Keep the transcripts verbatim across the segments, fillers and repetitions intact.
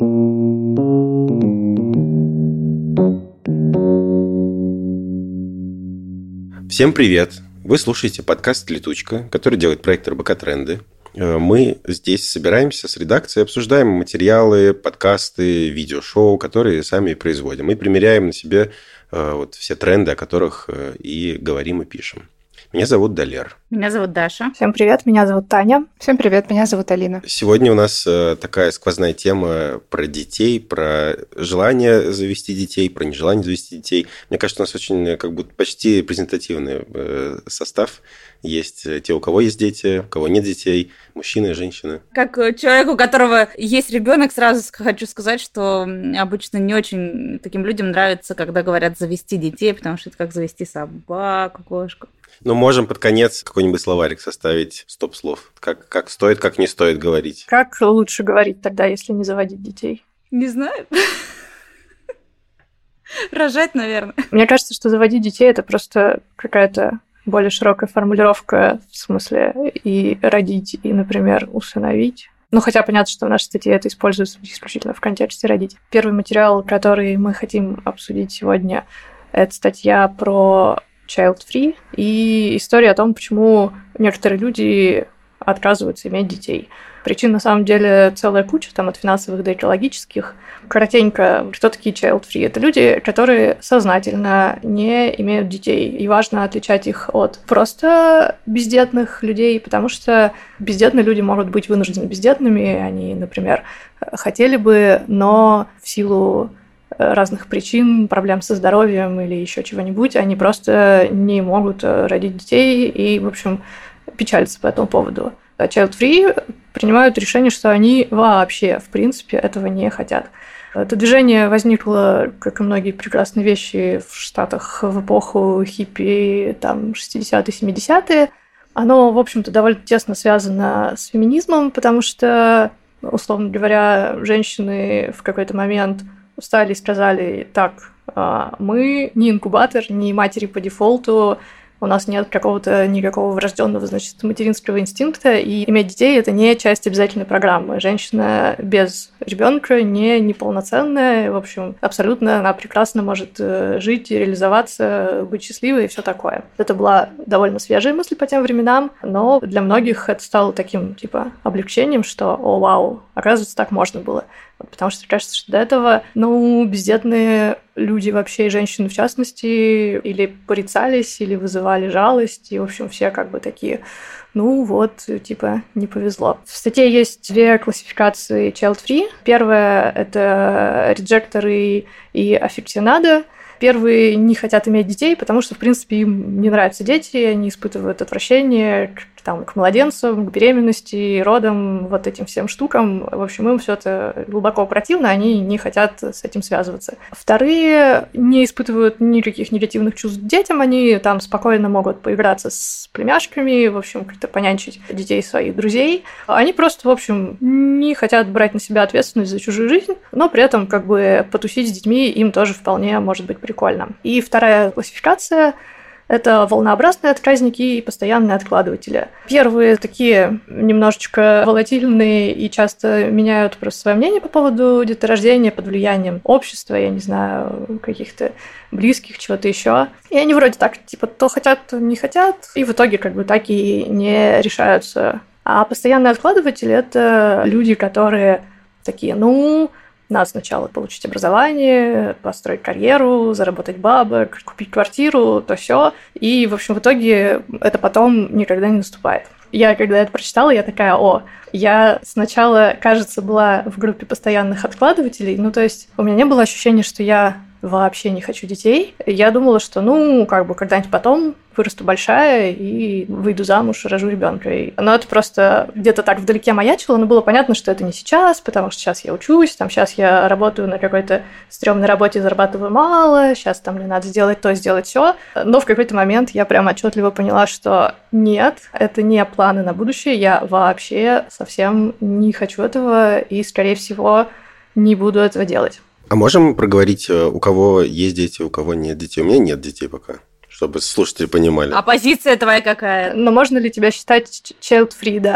Всем привет! Вы слушаете подкаст «Летучка», который делает проект эр бэ ка Тренды. Мы здесь собираемся с редакцией, обсуждаем материалы, подкасты, видеошоу, которые сами производим. И примеряем на себе вот все тренды, о которых и говорим, и пишем. Меня зовут Далер. Меня зовут Даша. Всем привет, меня зовут Таня. Всем привет, меня зовут Алина. Сегодня у нас такая сквозная тема про детей, про желание завести детей, про нежелание завести детей. Мне кажется, у нас очень как будто почти репрезентативный состав. Есть те, у кого есть дети, у кого нет детей, мужчины и женщины. Как человек, у которого есть ребенок, сразу хочу сказать, что обычно не очень таким людям нравится, когда говорят завести детей, потому что это как завести собаку, кошку. Ну, можем под конец какой-нибудь словарик составить, стоп-слов. Как, как стоит, как не стоит говорить. Как лучше говорить тогда, если не заводить детей? Не знаю. Рожать, наверное. Мне кажется, что заводить детей – это просто какая-то более широкая формулировка, в смысле и родить, и, например, усыновить. Ну, хотя понятно, что в нашей статье это используется исключительно в контексте родить. Первый материал, который мы хотим обсудить сегодня, это статья про child-free и история о том, почему некоторые люди отказываются иметь детей. Причин, на самом деле, целая куча, там, от финансовых до экологических. Коротенько, кто такие child-free? Это люди, которые сознательно не имеют детей, и важно отличать их от просто бездетных людей, потому что бездетные люди могут быть вынуждены бездетными, они, например, хотели бы, но в силу разных причин, проблем со здоровьем или еще чего-нибудь, они просто не могут родить детей и, в общем, печалятся по этому поводу. А child-free принимают решение, что они вообще, в принципе, этого не хотят. Это движение возникло, как и многие прекрасные вещи в Штатах в эпоху хиппи, там, шестидесятые, семидесятые. Оно, в общем-то, довольно тесно связано с феминизмом, потому что, условно говоря, женщины в какой-то момент устали и сказали: так, мы не инкубатор, не матери по дефолту, у нас нет какого-то никакого врожденного, значит, материнского инстинкта, и иметь детей – это не часть обязательной программы. Женщина без ребенка не неполноценная, в общем, абсолютно она прекрасно может жить и реализоваться, быть счастливой и все такое. Это была довольно свежая мысль по тем временам, но для многих это стало таким, типа, облегчением, что «О, вау, оказывается, так можно было». Потому что кажется, что до этого, ну, бездетные люди вообще, и женщины в частности, или порицались, или вызывали жалость, и, в общем, все как бы такие, ну вот, типа, не повезло. В статье есть две классификации child-free. Первая – это реджекторы и аффектионады. Первые не хотят иметь детей, потому что, в принципе, им не нравятся дети, они испытывают отвращение к, там, к младенцам, к беременности, родам, вот этим всем штукам. В общем, им все это глубоко противно, они не хотят с этим связываться. Вторые не испытывают никаких негативных чувств к детям, они там спокойно могут поиграться с племяшками, в общем, как-то понянчить детей своих друзей. Они просто, в общем, не хотят брать на себя ответственность за чужую жизнь, но при этом как бы потусить с детьми им тоже вполне может быть прикольно. И вторая классификация – это волнообразные отказники и постоянные откладыватели. Первые такие немножечко волатильные и часто меняют просто свое мнение по поводу деторождения под влиянием общества, я не знаю, каких-то близких, чего-то еще. И они вроде так, типа, то хотят, то не хотят, и в итоге как бы так и не решаются. А постоянные откладыватели – это люди, которые такие, ну, надо сначала получить образование, построить карьеру, заработать бабок, купить квартиру, то все. И, в общем, в итоге это потом никогда не наступает. Я, когда это прочитала, я такая: о, я сначала, кажется, была в группе постоянных откладывателей. Ну, то есть у меня не было ощущения, что я вообще не хочу детей. Я думала, что, ну, как бы когда-нибудь потом вырасту большая и выйду замуж, рожу ребенка. Но это просто где-то так вдалеке маячило, но было понятно, что это не сейчас, потому что сейчас я учусь, там сейчас я работаю на какой-то стрёмной работе, зарабатываю мало, сейчас там мне надо сделать то, сделать все. Но в какой-то момент я прям отчетливо поняла, что нет, это не планы на будущее, я вообще совсем не хочу этого и, скорее всего, не буду этого делать. А можем проговорить, у кого есть дети, у кого нет детей? У меня нет детей пока, чтобы слушатели понимали. А позиция твоя какая? Но можно ли тебя считать child-free, да?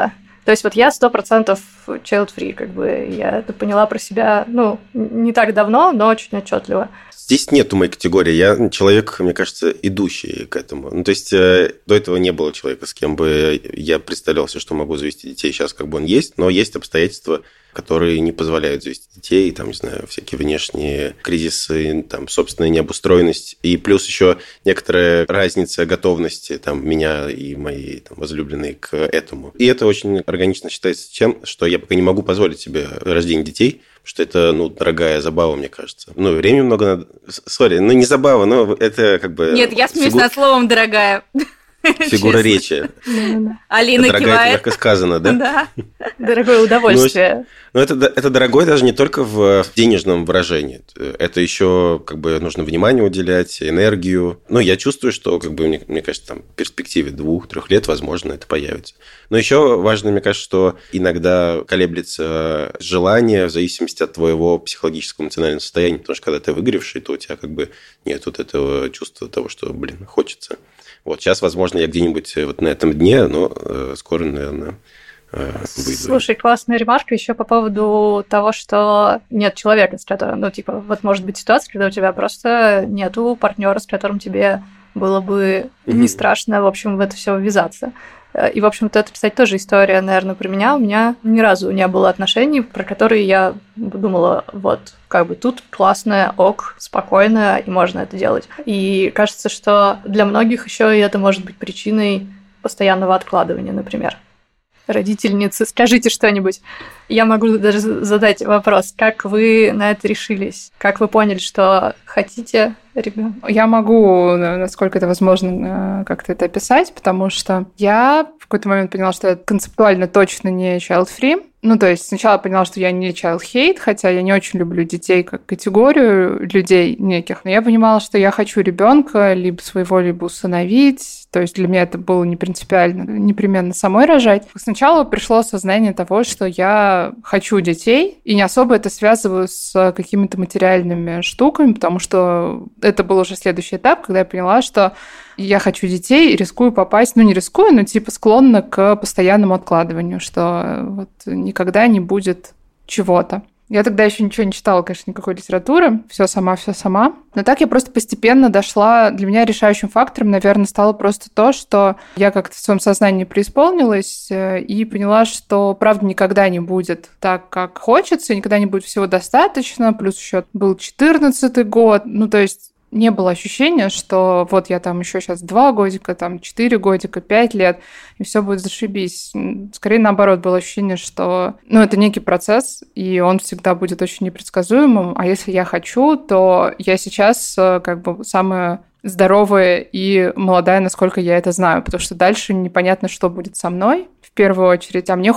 То есть вот я сто процентов child-free, как бы я это поняла про себя, ну, не так давно, но очень отчетливо. Здесь нету моей категории. Я человек, мне кажется, идущий к этому. Ну, то есть, э, до этого не было человека, с кем бы я представлялся, что могу завести детей. Сейчас как бы он есть, но есть обстоятельства, которые не позволяют завести детей, там, не знаю, всякие внешние кризисы, там, собственная необустроенность, и плюс еще некоторая разница готовности там, меня и моей там, возлюбленной к этому. И это очень органично считается тем, что я пока не могу позволить себе рождение детей, что это, ну, дорогая забава, мне кажется. Ну, времени много надо... Сори, ну, не забава, но это как бы... Нет, я смеюсь фигу... над словом «дорогая». Фигура речи. Алина дорогая, кивает. это мягко сказано, да? Да. Дорогое удовольствие. Но это, это дорогой даже не только в денежном выражении. Это еще как бы нужно внимание уделять, энергию. Ну, я чувствую, что, как бы, мне, мне кажется, там, в перспективе двух-трех лет, возможно, это появится. Но еще важно, мне кажется, что иногда колеблется желание в зависимости от твоего психологического эмоционального состояния. Потому что когда ты выгоревший, то у тебя как бы нет вот этого чувства того, что, блин, хочется. Вот сейчас, возможно, я где-нибудь вот на этом дне, но э, скоро, наверное, э, выйду. Слушай, классная ремарка еще по поводу того, что нет человека, с которым, ну, типа, вот может быть ситуация, когда у тебя просто нету партнера, с которым тебе было бы mm-hmm. не страшно, в общем, в это все ввязаться. И, в общем-то, это, кстати, тоже история, наверное, про меня. У меня ни разу не было отношений, про которые я думала, вот, как бы тут классное, ок, спокойно, и можно это делать. И кажется, что для многих еще и это может быть причиной постоянного откладывания, например. Родительницы, скажите что-нибудь. Я могу даже задать вопрос. Как вы на это решились? Как вы поняли, что хотите ребенка? Я могу, насколько это возможно, как-то это описать, потому что я в какой-то момент поняла, что я концептуально точно не child-free. Ну, то есть сначала я поняла, что я не child-hate, хотя я не очень люблю детей как категорию людей неких, но я понимала, что я хочу ребенка либо своего, либо усыновить. То есть для меня это было не принципиально, непременно самой рожать. Сначала пришло осознание того, что я хочу детей, и не особо это связываю с какими-то материальными штуками, потому что это был уже следующий этап, когда я поняла, что я хочу детей и рискую попасть, ну не рискую, но типа склонна к постоянному откладыванию, что вот никогда не будет чего-то. Я тогда еще ничего не читала, конечно, никакой литературы, все сама, все сама. Но так я просто постепенно дошла. Для меня решающим фактором, наверное, стало просто то, что я как-то в своем сознании преисполнилась и поняла, что правда никогда не будет так, как хочется, никогда не будет всего достаточно. Плюс еще был четырнадцатый год, ну то есть не было ощущения, что вот я там еще сейчас два годика, там четыре годика, пять лет, и все будет зашибись. Скорее, наоборот, было ощущение, что ну, это некий процесс, и он всегда будет очень непредсказуемым. А если я хочу, то я сейчас как бы самая здоровая и молодая, насколько я это знаю, потому что дальше непонятно, что будет со мной. В первую очередь, а мне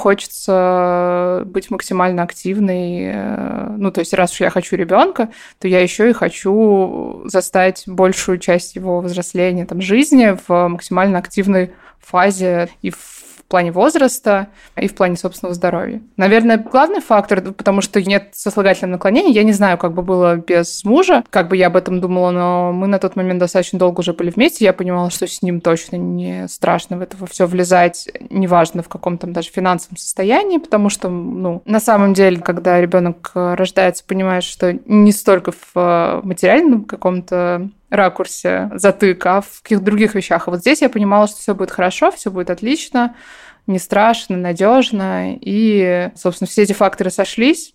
хочется быть максимально активной. Ну, то есть, раз уж я хочу ребенка, то я еще и хочу застать большую часть его взросления, там, жизни в максимально активной фазе и в в плане возраста и в плане собственного здоровья. Наверное, главный фактор, потому что нет сослагательного наклонения, я не знаю, как бы было без мужа, как бы я об этом думала, но мы на тот момент достаточно долго уже были вместе, я понимала, что с ним точно не страшно в это все влезать, неважно в каком там даже финансовом состоянии, потому что, ну, на самом деле, когда ребенок рождается, понимаешь, что не столько в материальном каком-то ракурсе затык, а в каких-то других вещах. А вот здесь я понимала, что все будет хорошо, все будет отлично, не страшно, надежно. И, собственно, все эти факторы сошлись.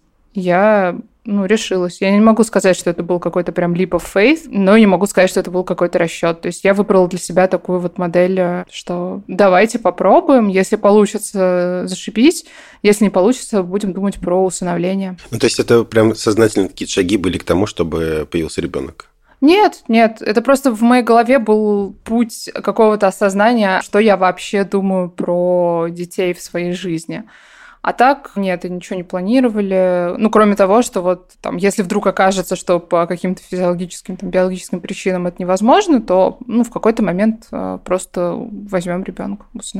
Я, ну, решилась. Я не могу сказать, что это был какой-то прям leap of faith, но не могу сказать, что это был какой-то расчет. То есть я выбрала для себя такую вот модель, что давайте попробуем, если получится, зашибись, если не получится, будем думать про усыновление. Ну, то есть это прям сознательные такие шаги были к тому, чтобы появился ребенок? Нет, нет, это просто в моей голове был путь какого-то осознания, что я вообще думаю про детей в своей жизни. А так, нет, ничего не планировали. Ну, кроме того, что вот там, если вдруг окажется, что по каким-то физиологическим, там, биологическим причинам это невозможно, то, ну, в какой-то момент просто возьмем ребенка, усыновим.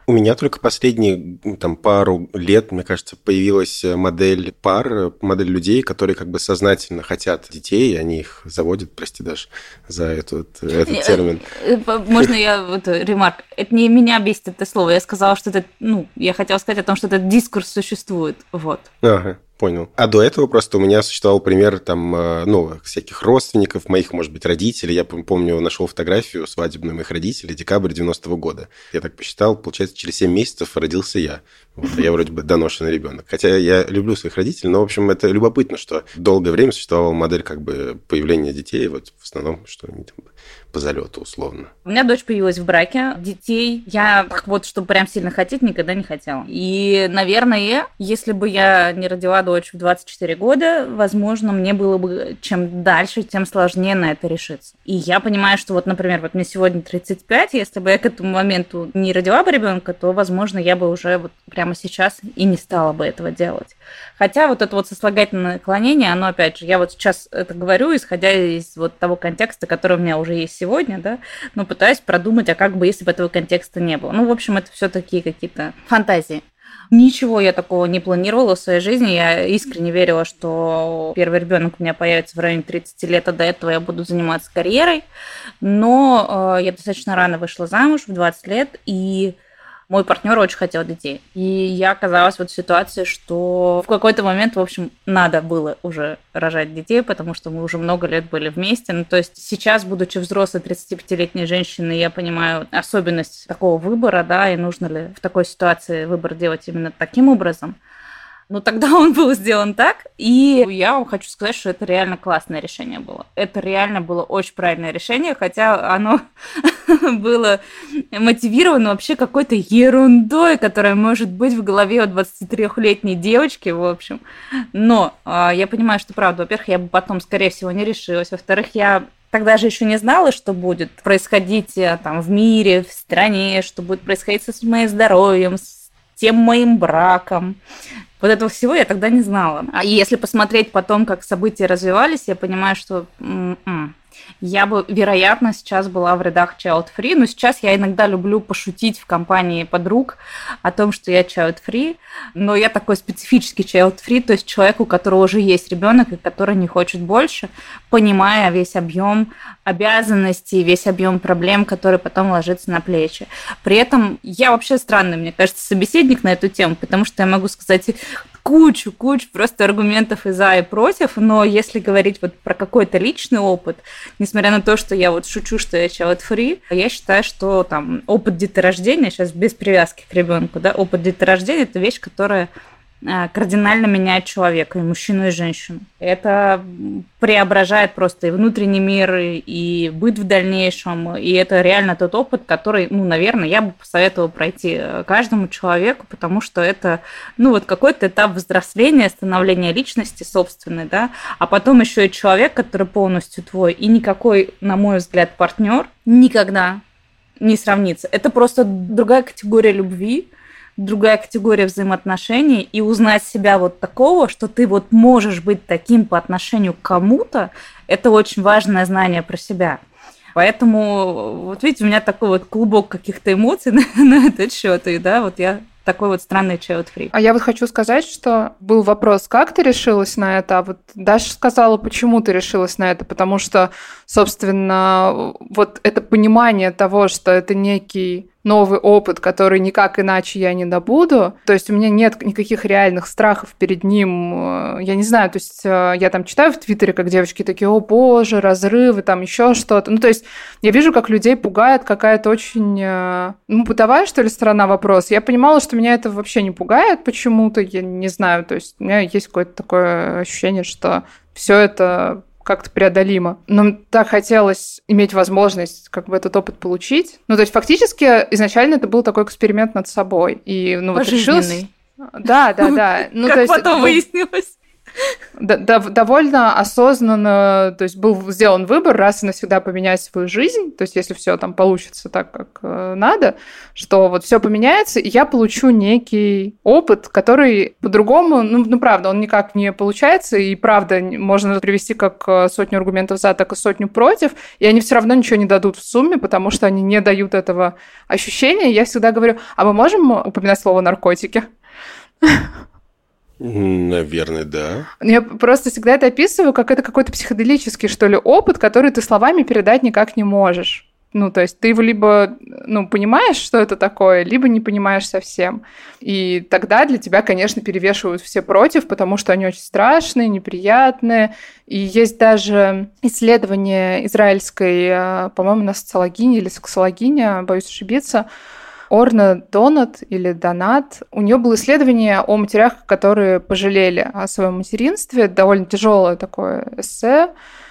У меня только последние там, пару лет, мне кажется, появилась модель пар, модель людей, которые как бы сознательно хотят детей, и они их заводят, прости, даже за этот, этот термин. Можно я вот ремарк? Это не меня бесит это слово. Я сказала, что это, ну, я хотела сказать о том, что этот дискурс существует. Вот. Ага. Понял. А до этого просто у меня существовал пример там, ну, всяких родственников, моих, может быть, родителей. Я помню, нашел фотографию свадебную моих родителей, декабрь девяностого года. Я так посчитал, получается, через семь месяцев родился я. Вот, а я вроде бы доношенный ребенок. Хотя я люблю своих родителей, но, в общем, это любопытно, что долгое время существовала модель как бы появления детей, вот в основном, что они там по залету условно. У меня дочь появилась в браке. Детей я вот, чтобы прям сильно хотеть, никогда не хотела. И, наверное, если бы я не родила дочь в двадцать четыре года, возможно, мне было бы чем дальше, тем сложнее на это решиться. И я понимаю, что вот, например, вот мне сегодня тридцать пять, если бы я к этому моменту не родила бы ребенка, то, возможно, я бы уже вот прямо сейчас и не стала бы этого делать. Хотя вот это вот сослагательное наклонение, оно, опять же, я вот сейчас это говорю, исходя из вот того контекста, который у меня уже есть сегодня, да, но пытаюсь продумать, а как бы, если бы этого контекста не было. Ну, в общем, это все такие какие-то фантазии. Ничего я такого не планировала в своей жизни. Я искренне верила, что первый ребенок у меня появится в районе тридцати лет, а до этого я буду заниматься карьерой. Но э, я достаточно рано вышла замуж, в двадцать лет, и мой партнер очень хотел детей. И я оказалась вот в ситуации, что в какой-то момент, в общем, надо было уже рожать детей, потому что мы уже много лет были вместе. Ну, то есть сейчас, будучи взрослой тридцатипятилетней женщиной, я понимаю особенность такого выбора, да, и нужно ли в такой ситуации выбор делать именно таким образом. Но тогда он был сделан так, и я вам хочу сказать, что это реально классное решение было. Это реально было очень правильное решение, хотя оно было мотивировано вообще какой-то ерундой, которая может быть в голове у двадцатитрёхлетней девочки, в общем. Но я понимаю, что правда, во-первых, я бы потом, скорее всего, не решилась. Во-вторых, я тогда же еще не знала, что будет происходить там в мире, в стране, что будет происходить с моим здоровьем, с тем моим браком. Вот этого всего я тогда не знала. А если посмотреть потом, как события развивались, я понимаю, что м-м, я бы, вероятно, сейчас была в рядах child-free, но сейчас я иногда люблю пошутить в компании подруг о том, что я child-free, но я такой специфический child-free, то есть человек, у которого уже есть ребенок и который не хочет больше, понимая весь объем обязанностей, весь объем проблем, который потом ложится на плечи. При этом я вообще странный, мне кажется, собеседник на эту тему, потому что я могу сказать кучу, кучу просто аргументов и за, и против, но если говорить вот про какой-то личный опыт, несмотря на то, что я вот шучу, что я child-free, я считаю, что там опыт деторождения, сейчас без привязки к ребенку, да, опыт деторождения – это вещь, которая кардинально меняет человека, и мужчину, и женщину. Это преображает просто и внутренний мир, и быт в дальнейшем, и это реально тот опыт, который, ну, наверное, я бы посоветовала пройти каждому человеку, потому что это, ну, вот какой-то этап взросления, становления личности собственной, да, а потом еще и человек, который полностью твой, и никакой, на мой взгляд, партнер никогда не сравнится. Это просто другая категория любви, другая категория взаимоотношений, и узнать себя вот такого, что ты вот можешь быть таким по отношению к кому-то, это очень важное знание про себя. Поэтому, вот видите, у меня такой вот клубок каких-то эмоций на, на этот счет, и да, вот я такой вот странный child-free. А я вот хочу сказать, что был вопрос, как ты решилась на это, а вот Даша сказала, почему ты решилась на это, потому что, собственно, вот это понимание того, что это некий новый опыт, который никак иначе я не добуду. То есть у меня нет никаких реальных страхов перед ним. Я не знаю, то есть я там читаю в Твиттере, как девочки такие: о боже, разрывы, там еще что-то. Ну, то есть я вижу, как людей пугает какая-то очень, ну, бытовая, что ли, сторона вопроса. Я понимала, что меня это вообще не пугает почему-то, я не знаю. То есть у меня есть какое-то такое ощущение, что все это как-то преодолимо. Но так хотелось иметь возможность как бы этот опыт получить. Ну, то есть фактически изначально это был такой эксперимент над собой. И, ну, вот решилась... Да, да, да. Ну, как то есть, потом ну, выяснилось. д- д- довольно осознанно, то есть был сделан выбор раз и навсегда поменять свою жизнь, то есть если все там получится так, как э, надо, что вот все поменяется, и я получу некий опыт, который по-другому, ну, ну, правда, он никак не получается, и правда, можно привести как сотню аргументов за, так и сотню против, и они все равно ничего не дадут в сумме, потому что они не дают этого ощущения. Я всегда говорю, а мы можем упоминать слово «наркотики»? Наверное, да. Я просто всегда это описываю, как это какой-то психоделический, что ли, опыт, который ты словами передать никак не можешь. Ну, то есть ты его либо ну, понимаешь, что это такое, либо не понимаешь совсем. И тогда для тебя, конечно, перевешивают все против, потому что они очень страшные, неприятные. И есть даже исследование израильской, по-моему, на социологине или сексологине, боюсь ошибиться, Орна Донат или Донат. У нее было исследование о матерях, которые пожалели о своем материнстве. Довольно тяжелое такое эссе.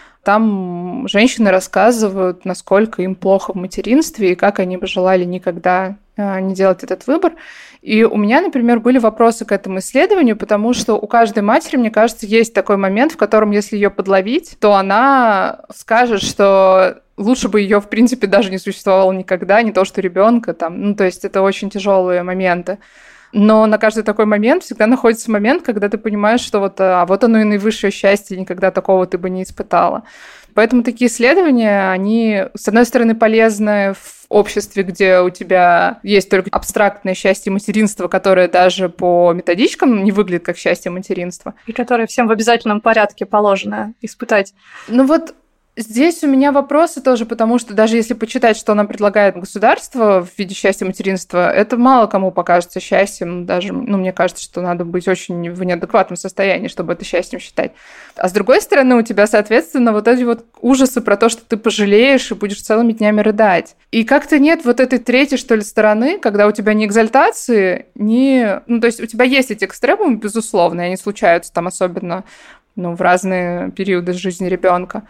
Там женщины рассказывают, насколько им плохо в материнстве и как они бы желали никогда не делать этот выбор. И у меня, например, были вопросы к этому исследованию, потому что у каждой матери, мне кажется, есть такой момент, в котором, если ее подловить, то она скажет, что лучше бы ее, в принципе, даже не существовало никогда, не то что ребенка там. Ну, то есть это очень тяжелые моменты. Но на каждый такой момент всегда находится момент, когда ты понимаешь, что вот, а вот оно и наивысшее счастье, никогда такого ты бы не испытала. Поэтому такие исследования, они, с одной стороны, полезны в обществе, где у тебя есть только абстрактное счастье материнства, которое даже по методичкам не выглядит как счастье материнства. И которое всем в обязательном порядке положено испытать. Ну вот здесь у меня вопросы тоже, потому что даже если почитать, что нам предлагает государство в виде счастья материнства, это мало кому покажется счастьем. Даже, ну, мне кажется, что надо быть очень в неадекватном состоянии, чтобы это счастьем считать. А с другой стороны, у тебя, соответственно, вот эти вот ужасы про то, что ты пожалеешь и будешь целыми днями рыдать. И как-то нет вот этой третьей, что ли, стороны, когда у тебя ни экзальтации, ни... Ну, то есть у тебя есть эти экстремумы, безусловно, и они случаются там особенно ну, в разные периоды жизни ребенка.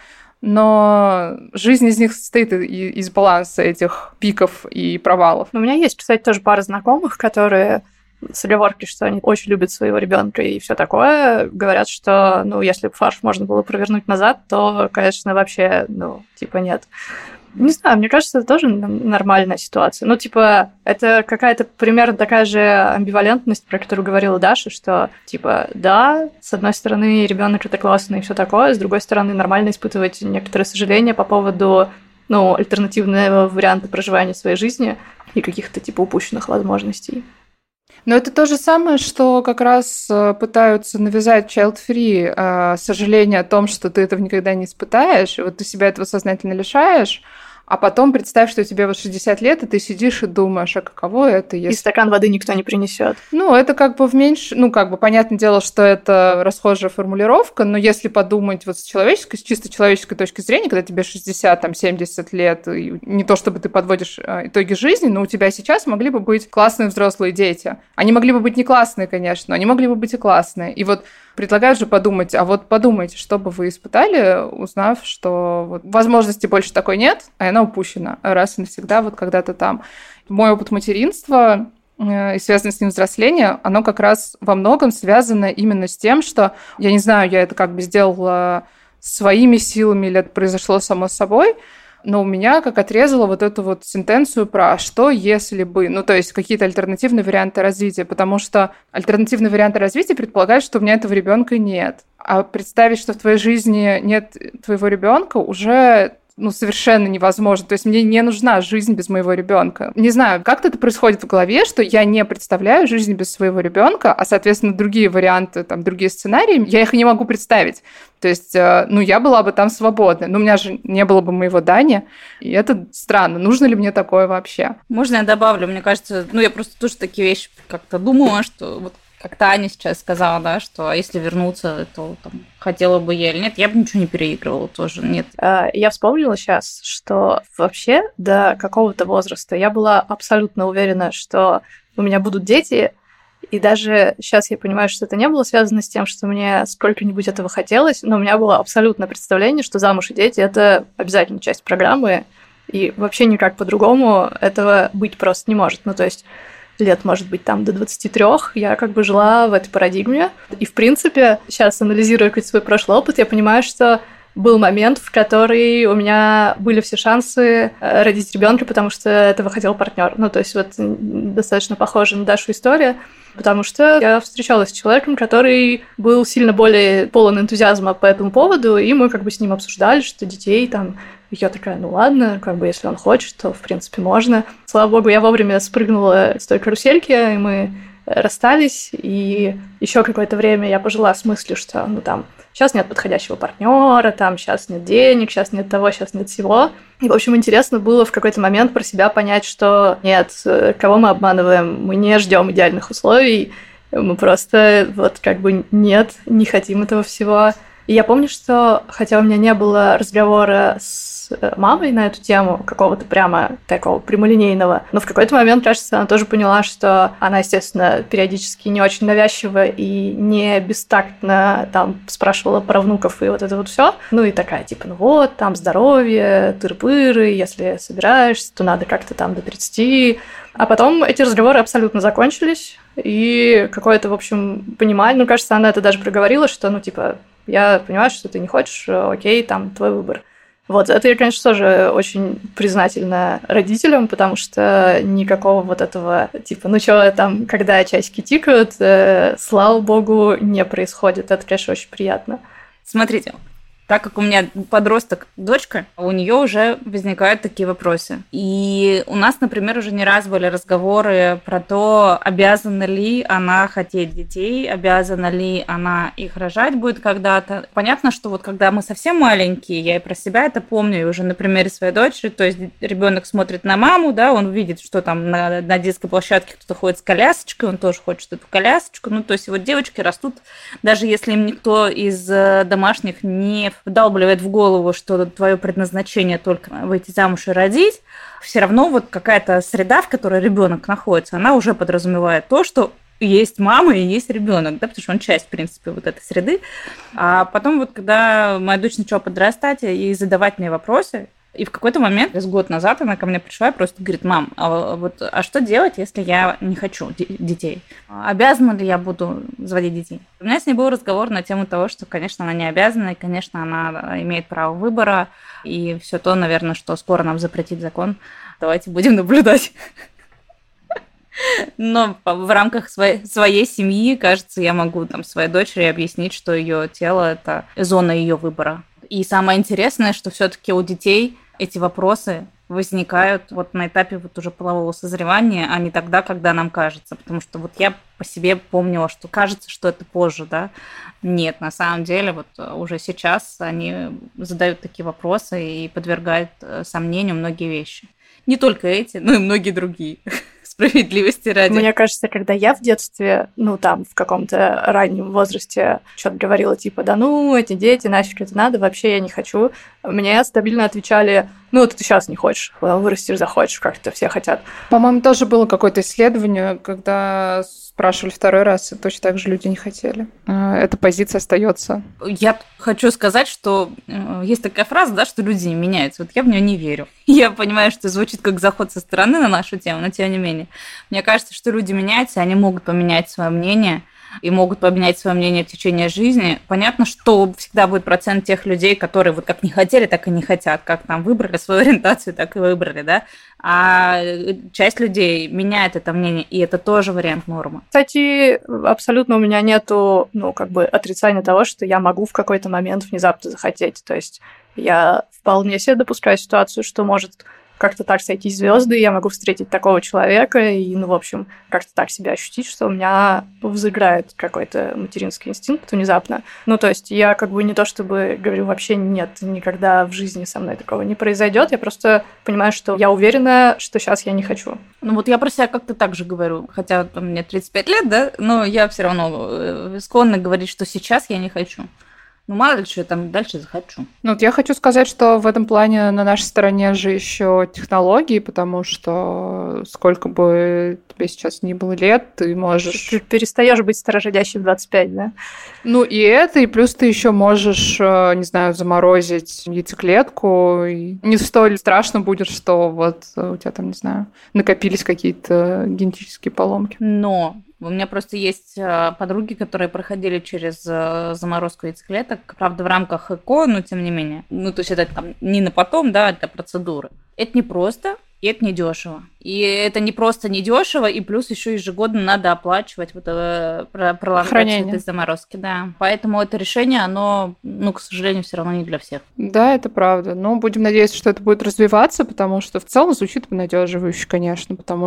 Но жизнь из них состоит из баланса этих пиков и провалов. У меня есть, кстати, тоже пара знакомых, которые с оговорки, что они очень любят своего ребенка и все такое, говорят, что, ну, если бы фарш можно было провернуть назад, то, конечно, вообще, ну, типа нет. Не знаю, мне кажется, это тоже нормальная ситуация. Ну, типа, это какая-то примерно такая же амбивалентность, про которую говорила Даша, что, типа, да, с одной стороны, ребенок это классно и все такое, с другой стороны, нормально испытывать некоторые сожаления по поводу, ну, альтернативного варианта проживания своей жизни и каких-то, типа, упущенных возможностей. Но это то же самое, что как раз пытаются навязать child-free, сожаление о том, что ты этого никогда не испытаешь, и вот ты себя этого сознательно лишаешь, а потом представь, что тебе вот шестьдесят лет, и ты сидишь и думаешь, а каково это, если... И стакан воды никто не принесет. Ну, это как бы в меньше... Ну, как бы, понятное дело, что это расхожая формулировка, но если подумать вот с человеческой, с чисто человеческой точки зрения, когда тебе шестьдесят, там, семьдесят лет, и не то чтобы ты подводишь итоги жизни, но у тебя сейчас могли бы быть классные взрослые дети. Они могли бы быть не классные, конечно, но они могли бы быть и классные. И вот предлагают же подумать, а вот подумайте, что бы вы испытали, узнав, что вот возможности больше такой нет, а она упущена раз и навсегда вот когда-то там. Мой опыт материнства и связанное с ним взросление, оно как раз во многом связано именно с тем, что, я не знаю, я это как бы сделала своими силами или это произошло само собой, но у меня как отрезало вот эту вот сентенцию про «что если бы?», ну, то есть какие-то альтернативные варианты развития, потому что альтернативные варианты развития предполагают, что у меня этого ребенка нет. А представить, что в твоей жизни нет твоего ребенка, уже ну, совершенно невозможно. То есть мне не нужна жизнь без моего ребенка. Не знаю, как-то это происходит в голове, что я не представляю жизнь без своего ребенка, а, соответственно, другие варианты, там, другие сценарии, я их и не могу представить. То есть, ну, я была бы там свободна. Но у меня же не было бы моего Дани, и это странно. Нужно ли мне такое вообще? Можно я добавлю? Мне кажется, ну, я просто тоже такие вещи как-то думала, что вот как Таня сейчас сказала, да, что если вернуться, то там, хотела бы я или нет, я бы ничего не переигрывала тоже, нет. Я вспомнила сейчас, что вообще до какого-то возраста я была абсолютно уверена, что у меня будут дети, и даже сейчас я понимаю, что это не было связано с тем, что мне сколько-нибудь этого хотелось, но у меня было абсолютное представление, что замуж и дети – это обязательная часть программы, и вообще никак по-другому этого быть просто не может. Ну, то есть лет, может быть, там до двадцати трёх я как бы жила в этой парадигме. И, в принципе, сейчас, анализируя какой-то свой прошлый опыт, я понимаю, что был момент, в который у меня были все шансы родить ребенка, потому что этого хотел партнер. Ну, то есть вот достаточно похожа на Дашу история, потому что я встречалась с человеком, который был сильно более полон энтузиазма по этому поводу, и мы как бы с ним обсуждали, что детей там... Я такая, ну ладно, как бы если он хочет, то в принципе можно. Слава богу, я вовремя спрыгнула с той карусельки, и мы расстались, и еще какое-то время я пожила с мыслью, что ну там сейчас нет подходящего партнера, там сейчас нет денег, сейчас нет того, сейчас нет всего. И, в общем, интересно было в какой-то момент про себя понять, что нет, кого мы обманываем, мы не ждем идеальных условий, мы просто вот как бы нет, не хотим этого всего. И я помню, что, хотя у меня не было разговора с мамой на эту тему, какого-то прямо такого прямолинейного, но в какой-то момент, кажется, она тоже поняла, что она, естественно, периодически не очень навязчиво и не бестактно там спрашивала про внуков и вот это вот все. Ну и такая, типа, ну вот, там здоровье, тыры-пыры, если собираешься, то надо как-то там до тридцати. А потом эти разговоры абсолютно закончились, и какое-то, в общем, понимание, ну, кажется, она это даже проговорила, что, ну, типа, я понимаю, что ты не хочешь, окей, там, твой выбор. Вот, это я, конечно, тоже очень признательна родителям, потому что никакого вот этого, типа, ну чё, там, когда часики тикают, э, слава богу, не происходит. Это, конечно, очень приятно. Смотрите, так как у меня подросток, дочка, у нее уже возникают такие вопросы. И у нас, например, уже не раз были разговоры про то, обязана ли она хотеть детей, обязана ли она их рожать будет когда-то. Понятно, что вот когда мы совсем маленькие, я и про себя это помню, и уже на примере своей дочери, то есть ребенок смотрит на маму, да, он видит, что там на, на детской площадке кто-то ходит с колясочкой, он тоже хочет эту колясочку. Ну, то есть вот девочки растут, даже если им никто из домашних не вдалбливает в голову, что твое предназначение только выйти замуж и родить, все равно вот какая-то среда, в которой ребенок находится, она уже подразумевает то, что есть мама и есть ребенок, да, потому что он часть, в принципе, вот этой среды. А потом вот, когда моя дочь начала подрастать и задавать мне вопросы, и в какой-то момент, с год назад, она ко мне пришла и просто говорит: мам, а вот а что делать, если я не хочу детей? Обязана ли я буду заводить детей? У меня с ней был разговор на тему того, что, конечно, она не обязана, и, конечно, она имеет право выбора, и все то, наверное, что скоро нам запретит закон. Давайте будем наблюдать. Но в рамках своей, своей семьи, кажется, я могу там своей дочери объяснить, что ее тело – это зона ее выбора. И самое интересное, что все-таки у детей эти вопросы возникают вот на этапе вот уже полового созревания, а не тогда, когда нам кажется. Потому что вот я по себе помнила, что кажется, что это позже, да. Нет, на самом деле вот уже сейчас они задают такие вопросы и подвергают сомнению многие вещи. Не только эти, но и многие другие. Справедливости ради. Мне кажется, когда я в детстве, ну, там, в каком-то раннем возрасте что-то говорила, типа, да ну, эти дети, нафиг это надо, вообще я не хочу, мне стабильно отвечали: ну, это ты сейчас не хочешь, вырастешь, захочешь, как-то все хотят. По-моему, тоже было какое-то исследование, когда спрашивали второй раз, и точно так же люди не хотели. Эта позиция остается. Я хочу сказать, что есть такая фраза, да, что люди не меняются. Вот я в нее не верю. Я понимаю, что звучит как заход со стороны на нашу тему, но тем не менее. Мне кажется, что люди меняются, они могут поменять свое мнение и могут поменять свое мнение в течение жизни. Понятно, что всегда будет процент тех людей, которые вот как не хотели, так и не хотят, как там выбрали свою ориентацию, так и выбрали, да. А часть людей меняет это мнение, и это тоже вариант нормы. Кстати, абсолютно у меня нету, ну, как бы отрицания того, что я могу в какой-то момент внезапно захотеть. То есть я вполне себе допускаю ситуацию, что может как-то так сойтись звезды, я могу встретить такого человека и, ну, в общем, как-то так себя ощутить, что у меня взыграет какой-то материнский инстинкт внезапно. Ну, то есть я как бы не то чтобы говорю вообще нет, никогда в жизни со мной такого не произойдет, я просто понимаю, что я уверена, что сейчас я не хочу. Ну, вот я про себя как-то так же говорю, хотя мне тридцать пять лет, да, но я все равно склонна говорить, что сейчас я не хочу. Ну, мало ли, что я там дальше захочу. Ну, вот я хочу сказать, что в этом плане на нашей стороне же еще технологии, потому что сколько бы тебе сейчас ни было лет, ты можешь... Ты перестаешь быть старожидящей в двадцать пять, да? Ну, и это, и плюс ты еще можешь, не знаю, заморозить яйцеклетку, и не столь страшно будет, что вот у тебя там, не знаю, накопились какие-то генетические поломки. Но... У меня просто есть подруги, которые проходили через заморозку яйцеклеток, правда, в рамках ЭКО, но тем не менее. Ну, то есть это там не на потом, да, это процедуры. Это не просто, и это не дешево. И это не просто не дешево, и плюс еще ежегодно надо оплачивать вот это пролонгацию этой заморозки, да. Поэтому это решение, оно, ну, к сожалению, все равно не для всех. Да, это правда. Но будем надеяться, что это будет развиваться, потому что в целом звучит обнадеживающе, конечно, потому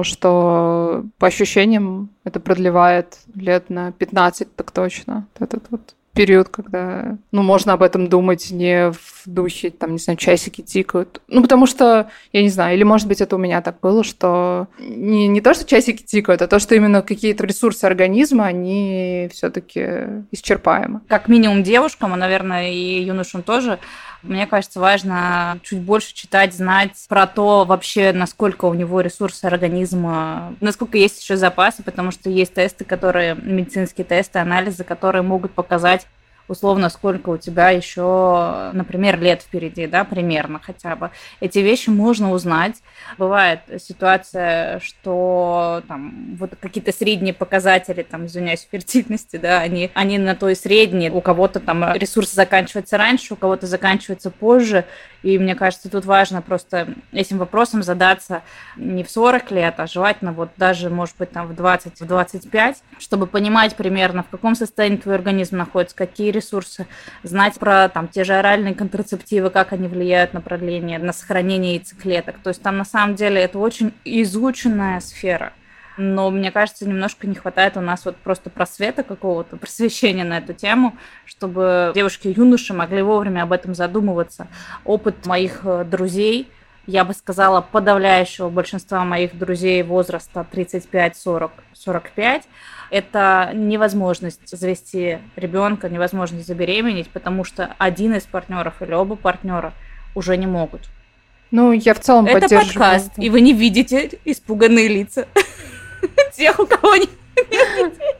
что по ощущениям это продлевает лет на пятнадцать, так точно. Этот вот период, когда, ну, можно об этом думать не в духе, там, не знаю, часики тикают. Ну, потому что, я не знаю, или, может быть, это у меня так было, что не, не то, что часики тикают, а то, что именно какие-то ресурсы организма, они все-таки исчерпаемы. Как минимум девушкам, а, наверное, и юношам тоже, мне кажется, важно чуть больше читать, знать про то вообще, насколько у него ресурсы организма, насколько есть еще запасы, потому что есть тесты, которые, медицинские тесты, анализы, которые могут показать условно, сколько у тебя еще, например, лет впереди, да, примерно хотя бы. Эти вещи можно узнать. Бывает ситуация, что там вот какие-то средние показатели, там, извиняюсь, фертильности, да, они, они на той средней. У кого-то там ресурсы заканчиваются раньше, у кого-то заканчиваются позже. И мне кажется, тут важно просто этим вопросом задаться не в сорок лет, а желательно вот даже, может быть, там в двадцать, в двадцать пять, чтобы понимать примерно, в каком состоянии твой организм находится, какие ресурсы, знать про там те же оральные контрацептивы, как они влияют на продление, на сохранение яйцеклеток. То есть там на самом деле это очень изученная сфера. Но, мне кажется, немножко не хватает у нас вот просто просвета какого-то, просвещения на эту тему, чтобы девушки и юноши могли вовремя об этом задумываться. Опыт моих друзей, я бы сказала, подавляющего большинства моих друзей возраста тридцать пять сорок сорок пять, это невозможность завести ребенка, невозможность забеременеть, потому что один из партнеров или оба партнера уже не могут. Ну, я в целом это поддерживаю. Это подкаст, и вы не видите испуганные лица тех, у кого нет детей.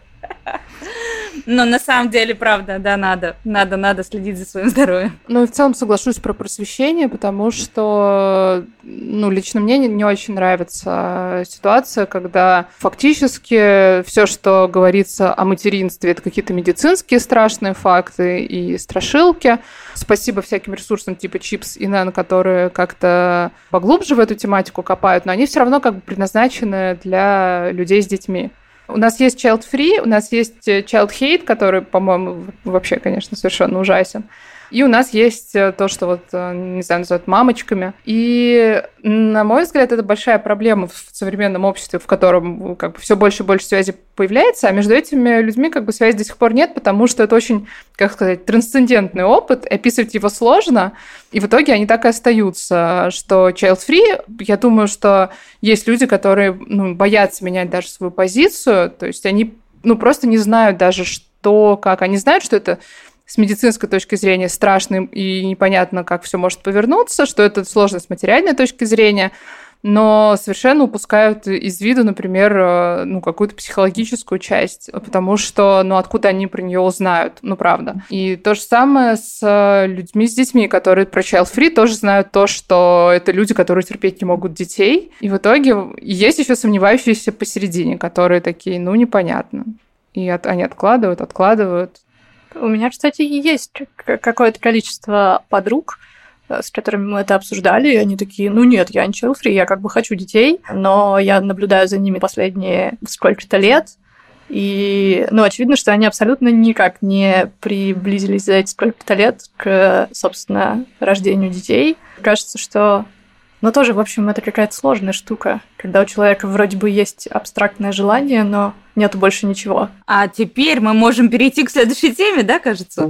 Но на самом деле, правда, да, надо, надо, надо следить за своим здоровьем. Ну и в целом соглашусь про просвещение, потому что, ну, лично мне не, не очень нравится ситуация, когда фактически все, что говорится о материнстве, это какие-то медицинские страшные факты и страшилки. Спасибо всяким ресурсам типа Чипс и Нэн, которые как-то поглубже в эту тематику копают, но они все равно как бы предназначены для людей с детьми. У нас есть child free, у нас есть child hate, который, по-моему, вообще, конечно, совершенно ужасен. И у нас есть то, что вот, не знаю, называют мамочками. И, на мой взгляд, это большая проблема в современном обществе, в котором как бы все больше и больше связи появляется, а между этими людьми как бы связи до сих пор нет, потому что это очень, как сказать, трансцендентный опыт, описывать его сложно, и в итоге они так и остаются, что child free, я думаю, что есть люди, которые, ну, боятся менять даже свою позицию, то есть они, ну, просто не знают даже, что, как, они знают, что это с медицинской точки зрения страшно и непонятно, как все может повернуться, что это сложно с материальной точки зрения, но совершенно упускают из виду, например, ну, какую-то психологическую часть, потому что, ну, откуда они про нее узнают, ну, правда. И то же самое с людьми с детьми, которые про child free тоже знают то, что это люди, которые терпеть не могут детей, и в итоге есть еще сомневающиеся посередине, которые такие, ну, непонятно. И от, они откладывают, откладывают. У меня, кстати, есть какое-то количество подруг, с которыми мы это обсуждали, и они такие, ну нет, я не child free, я как бы хочу детей, но я наблюдаю за ними последние сколько-то лет, и, ну, очевидно, что они абсолютно никак не приблизились за эти сколько-то лет к, собственно, рождению детей. Кажется, что... Но тоже, в общем, это какая-то сложная штука, когда у человека вроде бы есть абстрактное желание, но нету больше ничего. А теперь мы можем перейти к следующей теме, да, кажется?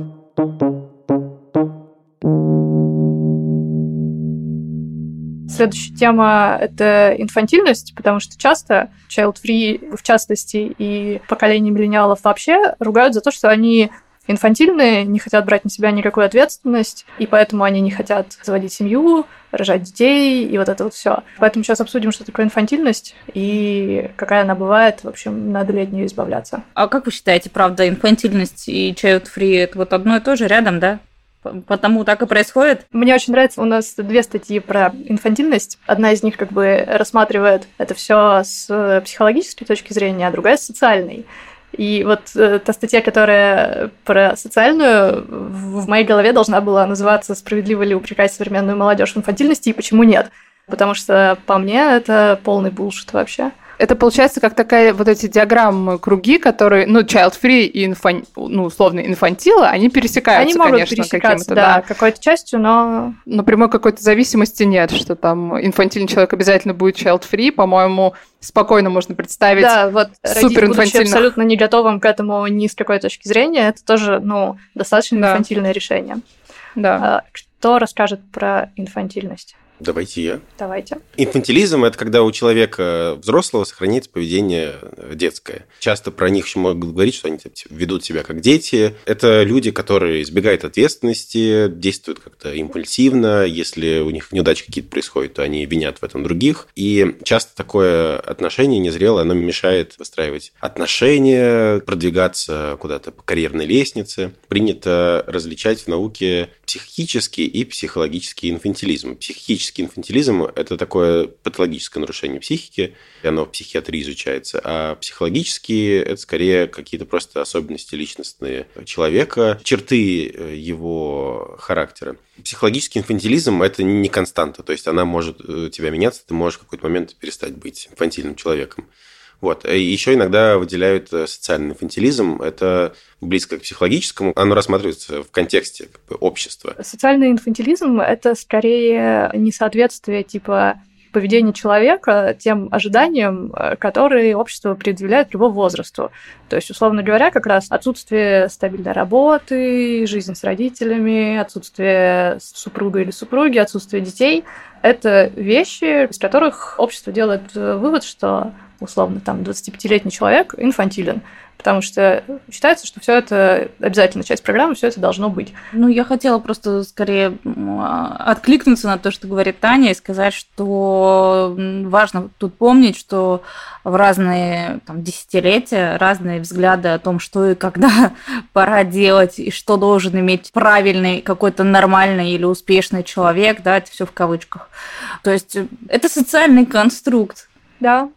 Следующая тема – это инфантильность, потому что часто child free, в частности, и поколение миллениалов вообще ругают за то, что они инфантильные, не хотят брать на себя никакую ответственность, и поэтому они не хотят заводить семью, рожать детей, и вот это вот все. Поэтому сейчас обсудим, что такое инфантильность и какая она бывает. В общем, надо ли от нее избавляться. А как вы считаете, правда, инфантильность и child-free – это вот одно и то же рядом, да? Потому так и происходит? Мне очень нравится, у нас две статьи про инфантильность. Одна из них как бы рассматривает это все с психологической точки зрения, а другая с социальной. И вот э, та статья, которая про социальную, в, в моей голове должна была называться «Справедливо ли упрекать современную молодежь в инфантильности и почему нет?». Потому что, по мне, это полный булшит вообще. Это получается как такая вот эти диаграммы, круги, которые, ну, child-free и инфан... ну, условно инфантила, они пересекаются, они могут конечно, пересекаться, каким-то, да, да, какой-то частью, но... Но прямой какой-то зависимости нет, что там инфантильный человек обязательно будет child-free, по-моему, спокойно можно представить. Да, вот родить, будучи инфантильных... абсолютно не готовым к этому ни с какой точки зрения, это тоже, ну, достаточно да. инфантильное решение. Да. Кто расскажет про инфантильность? Давайте я. Давайте. Инфантилизм – это когда у человека взрослого сохраняется поведение детское. Часто про них еще могут говорить, что они ведут себя как дети. Это люди, которые избегают ответственности, действуют как-то импульсивно. Если у них неудачи какие-то происходят, то они винят в этом других. И часто такое отношение незрелое, оно мешает выстраивать отношения, продвигаться куда-то по карьерной лестнице. Принято различать в науке психический и психологический инфантилизм. Психический инфантилизм – это такое патологическое нарушение психики, и оно в психиатрии изучается, а психологические – это скорее какие-то просто особенности личностные человека, черты его характера. Психологический инфантилизм – это не константа, то есть она может у тебя меняться, ты можешь в какой-то момент перестать быть инфантильным человеком. Вот. И еще иногда выделяют социальный инфантилизм. Это близко к психологическому. Оно рассматривается в контексте как бы, общества. Социальный инфантилизм – это скорее несоответствие типа поведения человека тем ожиданиям, которые общество предъявляет к его возрасту. То есть, условно говоря, как раз отсутствие стабильной работы, жизнь с родителями, отсутствие супруга или супруги, отсутствие детей – это вещи, из которых общество делает вывод, что условно, там, двадцатипятилетний человек инфантилен, потому что считается, что все это обязательно часть программы, все это должно быть. Ну, я хотела просто скорее откликнуться на то, что говорит Таня, и сказать, что важно тут помнить, что в разные там, десятилетия разные взгляды о том, что и когда пора делать, и что должен иметь правильный, какой-то нормальный или успешный человек, да, это все в кавычках. То есть это социальный конструкт. Да.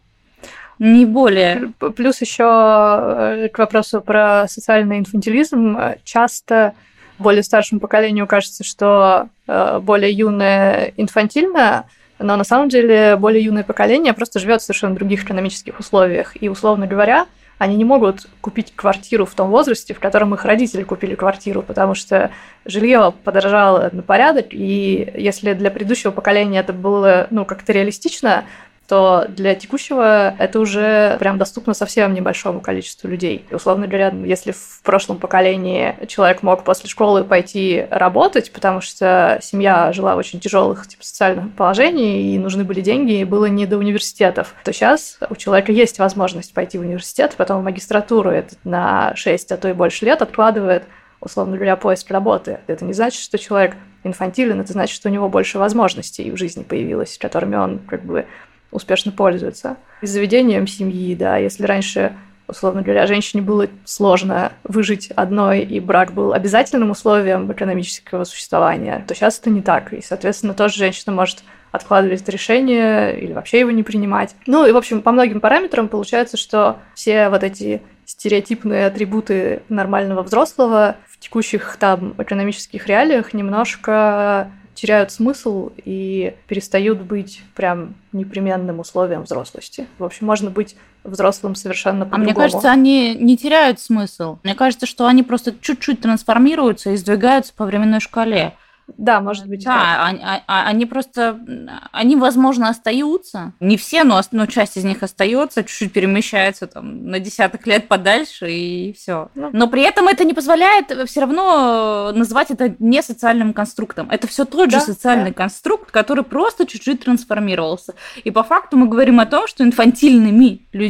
Не более. Плюс еще к вопросу про социальный инфантилизм. Часто более старшему поколению кажется, что более юное инфантильно, но на самом деле более юное поколение просто живет в совершенно других экономических условиях. И, условно говоря, они не могут купить квартиру в том возрасте, в котором их родители купили квартиру, потому что жилье подорожало на порядок, и если для предыдущего поколения это было ну, как-то реалистично, то для текущего это уже прям доступно совсем небольшому количеству людей. И, условно говоря, если в прошлом поколении человек мог после школы пойти работать, потому что семья жила в очень тяжелых типа, социальных положениях, и нужны были деньги, и было не до университетов, то сейчас у человека есть возможность пойти в университет, потом в магистратуру, это на шесть, а то и больше лет откладывает, условно говоря, поиск работы. Это не значит, что человек инфантилен, это значит, что у него больше возможностей в жизни появилось, которыми он как бы успешно пользуется. И заведением семьи, да, если раньше, условно говоря, женщине было сложно выжить одной, и брак был обязательным условием экономического существования, то сейчас это не так. И, соответственно, тоже женщина может откладывать это решение или вообще его не принимать. Ну и, в общем, по многим параметрам получается, что все вот эти стереотипные атрибуты нормального взрослого в текущих там экономических реалиях немножко теряют смысл и перестают быть прям непременным условием взрослости. В общем, можно быть взрослым совершенно по-другому. А мне кажется, они не теряют смысл. Мне кажется, что они просто чуть-чуть трансформируются и сдвигаются по временной шкале. Да, может быть. Да, они, они просто, они, возможно, остаются. Не все, но, но часть из них остается, чуть-чуть перемещается там, на десяток лет подальше, и все. Ну. Но при этом это не позволяет все равно называть это не социальным конструктом. Это все тот да, же социальный да. конструкт, который просто чуть-чуть трансформировался. И по факту мы говорим о том, что инфантильными людьми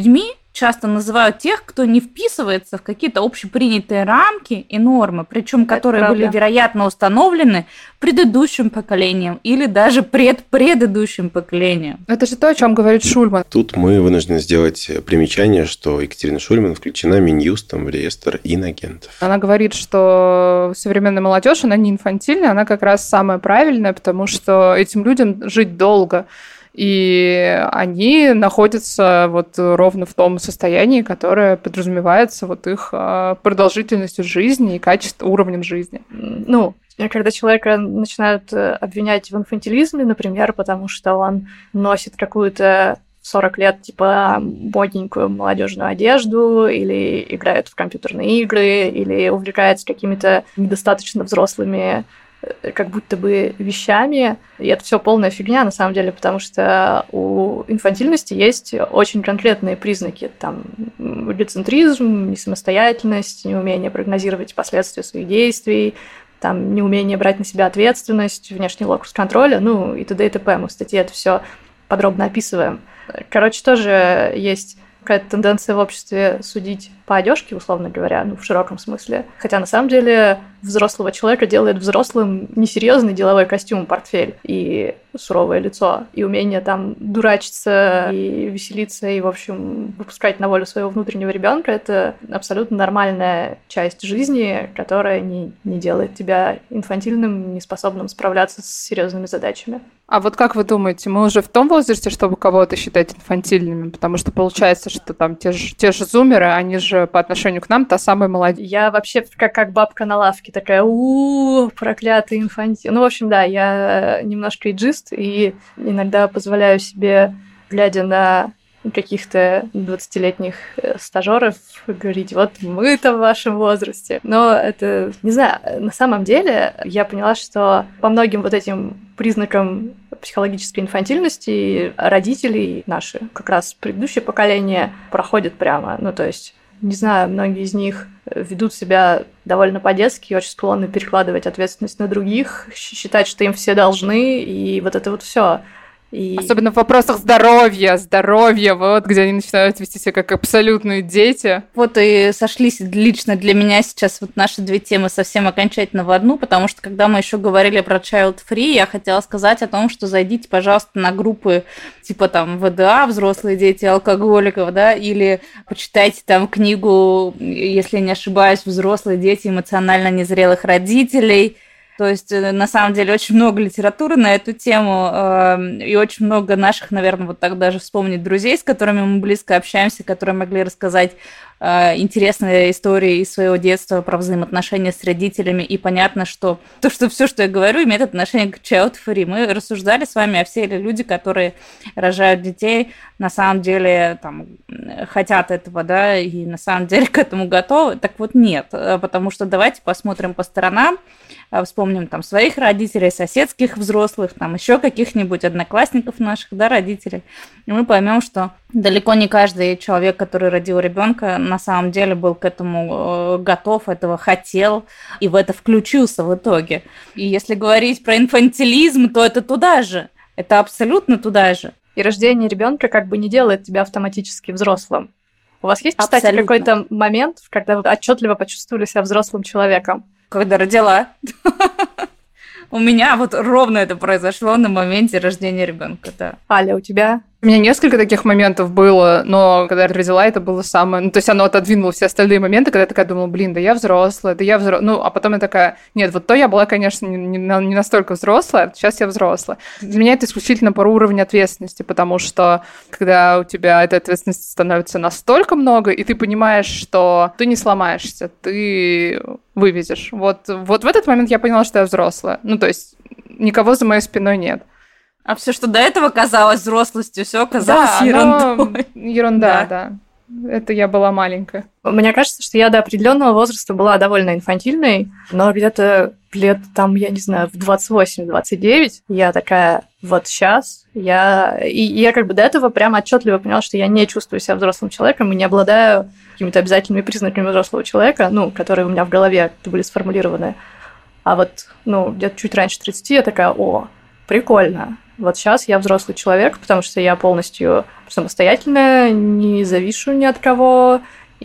часто называют тех, кто не вписывается в какие-то общепринятые рамки и нормы, причем которые были, вероятно, установлены предыдущим поколением или даже предпредыдущим поколением. Это же то, о чем говорит Шульман. Тут мы вынуждены сделать примечание, что Екатерина Шульман включена Минюстом в реестр инагентов. Она говорит, что современная молодежь, она не инфантильная, она как раз самая правильная, потому что этим людям жить долго. И они находятся вот ровно в том состоянии, которое подразумевается вот их продолжительностью жизни и качеством, уровнем жизни. Ну, когда человека начинают обвинять в инфантилизме, например, потому что он носит какую-то в сорок лет, типа, модненькую молодежную одежду, или играет в компьютерные игры, или увлекается какими-то недостаточно взрослыми как будто бы вещами. И это все полная фигня, на самом деле, потому что у инфантильности есть очень конкретные признаки. Там эгоцентризм, несамостоятельность, неумение прогнозировать последствия своих действий, там неумение брать на себя ответственность, внешний локус контроля, ну и т.д. и т.п. Мы в статье это все подробно описываем. Короче, тоже есть какая-то тенденция в обществе судить по одежке, условно говоря, ну, в широком смысле. Хотя, на самом деле, взрослого человека делает взрослым несерьезный деловой костюм, портфель и суровое лицо, и умение там дурачиться и веселиться, и, в общем, выпускать на волю своего внутреннего ребенка. Это абсолютно нормальная часть жизни, которая не, не делает тебя инфантильным, неспособным справляться с серьезными задачами. А вот как вы думаете, мы уже в том возрасте, чтобы кого-то считать инфантильными? Потому что получается, что там те же, те же зумеры, они же по отношению к нам та самая молодежь. Я вообще как, как бабка на лавке такая, у проклятый инфантиль. Ну, в общем, да, я немножко эйджист, и иногда позволяю себе, глядя на каких-то двадцатилетних стажеров, говорить, вот мы-то в вашем возрасте. Но это, не знаю, на самом деле я поняла, что по многим вот этим признакам психологической инфантильности родителей наши, как раз предыдущее поколение, проходят прямо. Ну, то есть, не знаю, многие из них ведут себя довольно по-детски, очень склонны перекладывать ответственность на других, считать, что им все должны, и вот это вот все. И... Особенно в вопросах здоровья, здоровья, вот, где они начинают вести себя как абсолютные дети. Вот и сошлись лично для меня сейчас вот наши две темы совсем окончательно в одну, потому что когда мы еще говорили про Child Free, я хотела сказать о том, что зайдите, пожалуйста, на группы типа там ВДА, взрослые дети алкоголиков, да, или почитайте там книгу, если не ошибаюсь, взрослые дети эмоционально незрелых родителей. То есть, на самом деле, очень много литературы на эту тему, э, и очень много наших, наверное, вот так даже вспомнить друзей, с которыми мы близко общаемся, которые могли рассказать э, интересные истории из своего детства про взаимоотношения с родителями. И понятно, что то, что все, что я говорю, имеет отношение к Child Free. Мы рассуждали с вами, а все ли люди, которые рожают детей, на самом деле там, хотят этого, да, и на самом деле к этому готовы. Так вот нет, потому что давайте посмотрим по сторонам, вспомним там своих родителей, соседских взрослых, там еще каких-нибудь одноклассников наших, да, родителей, и мы поймем, что далеко не каждый человек, который родил ребенка, на самом деле был к этому готов, этого хотел и в это включился в итоге. И если говорить про инфантилизм, то это туда же, это абсолютно туда же. И рождение ребенка как бы не делает тебя автоматически взрослым. У вас есть, кстати, абсолютно. Какой-то момент, когда вы отчетливо почувствовали себя взрослым человеком? Когда родила. У меня вот ровно это произошло на моменте рождения ребенка, да. Аля, у тебя? У меня несколько таких моментов было, но когда я родила, это было самое... Ну, то есть оно отодвинуло все остальные моменты, когда я такая думала, блин, да я взрослая, да я взрослая. Ну, а потом я такая, нет, вот то я была, конечно, не, не, не настолько взрослая, сейчас я взрослая. Для меня это исключительно про уровень ответственности, потому что когда у тебя этой ответственности становится настолько много, и ты понимаешь, что ты не сломаешься, ты вывезешь. Вот, вот в этот момент я поняла, что я взрослая. Ну, то есть никого за моей спиной нет. А все, что до этого казалось взрослостью, все оказалось да, ерундой. Ерунда, да. да. Это я была маленькая. Мне кажется, что я до определенного возраста была довольно инфантильной, но где-то лет там, я не знаю, в двадцать восемь - двадцать девять я такая, вот сейчас я... И я как бы до этого прямо отчетливо поняла, что я не чувствую себя взрослым человеком и не обладаю какими-то обязательными признаками взрослого человека, ну, которые у меня в голове были сформулированы. А вот, ну, где-то чуть раньше тридцати я такая, о, прикольно. Вот сейчас я взрослый человек, потому что я полностью самостоятельная, не завишу ни от кого,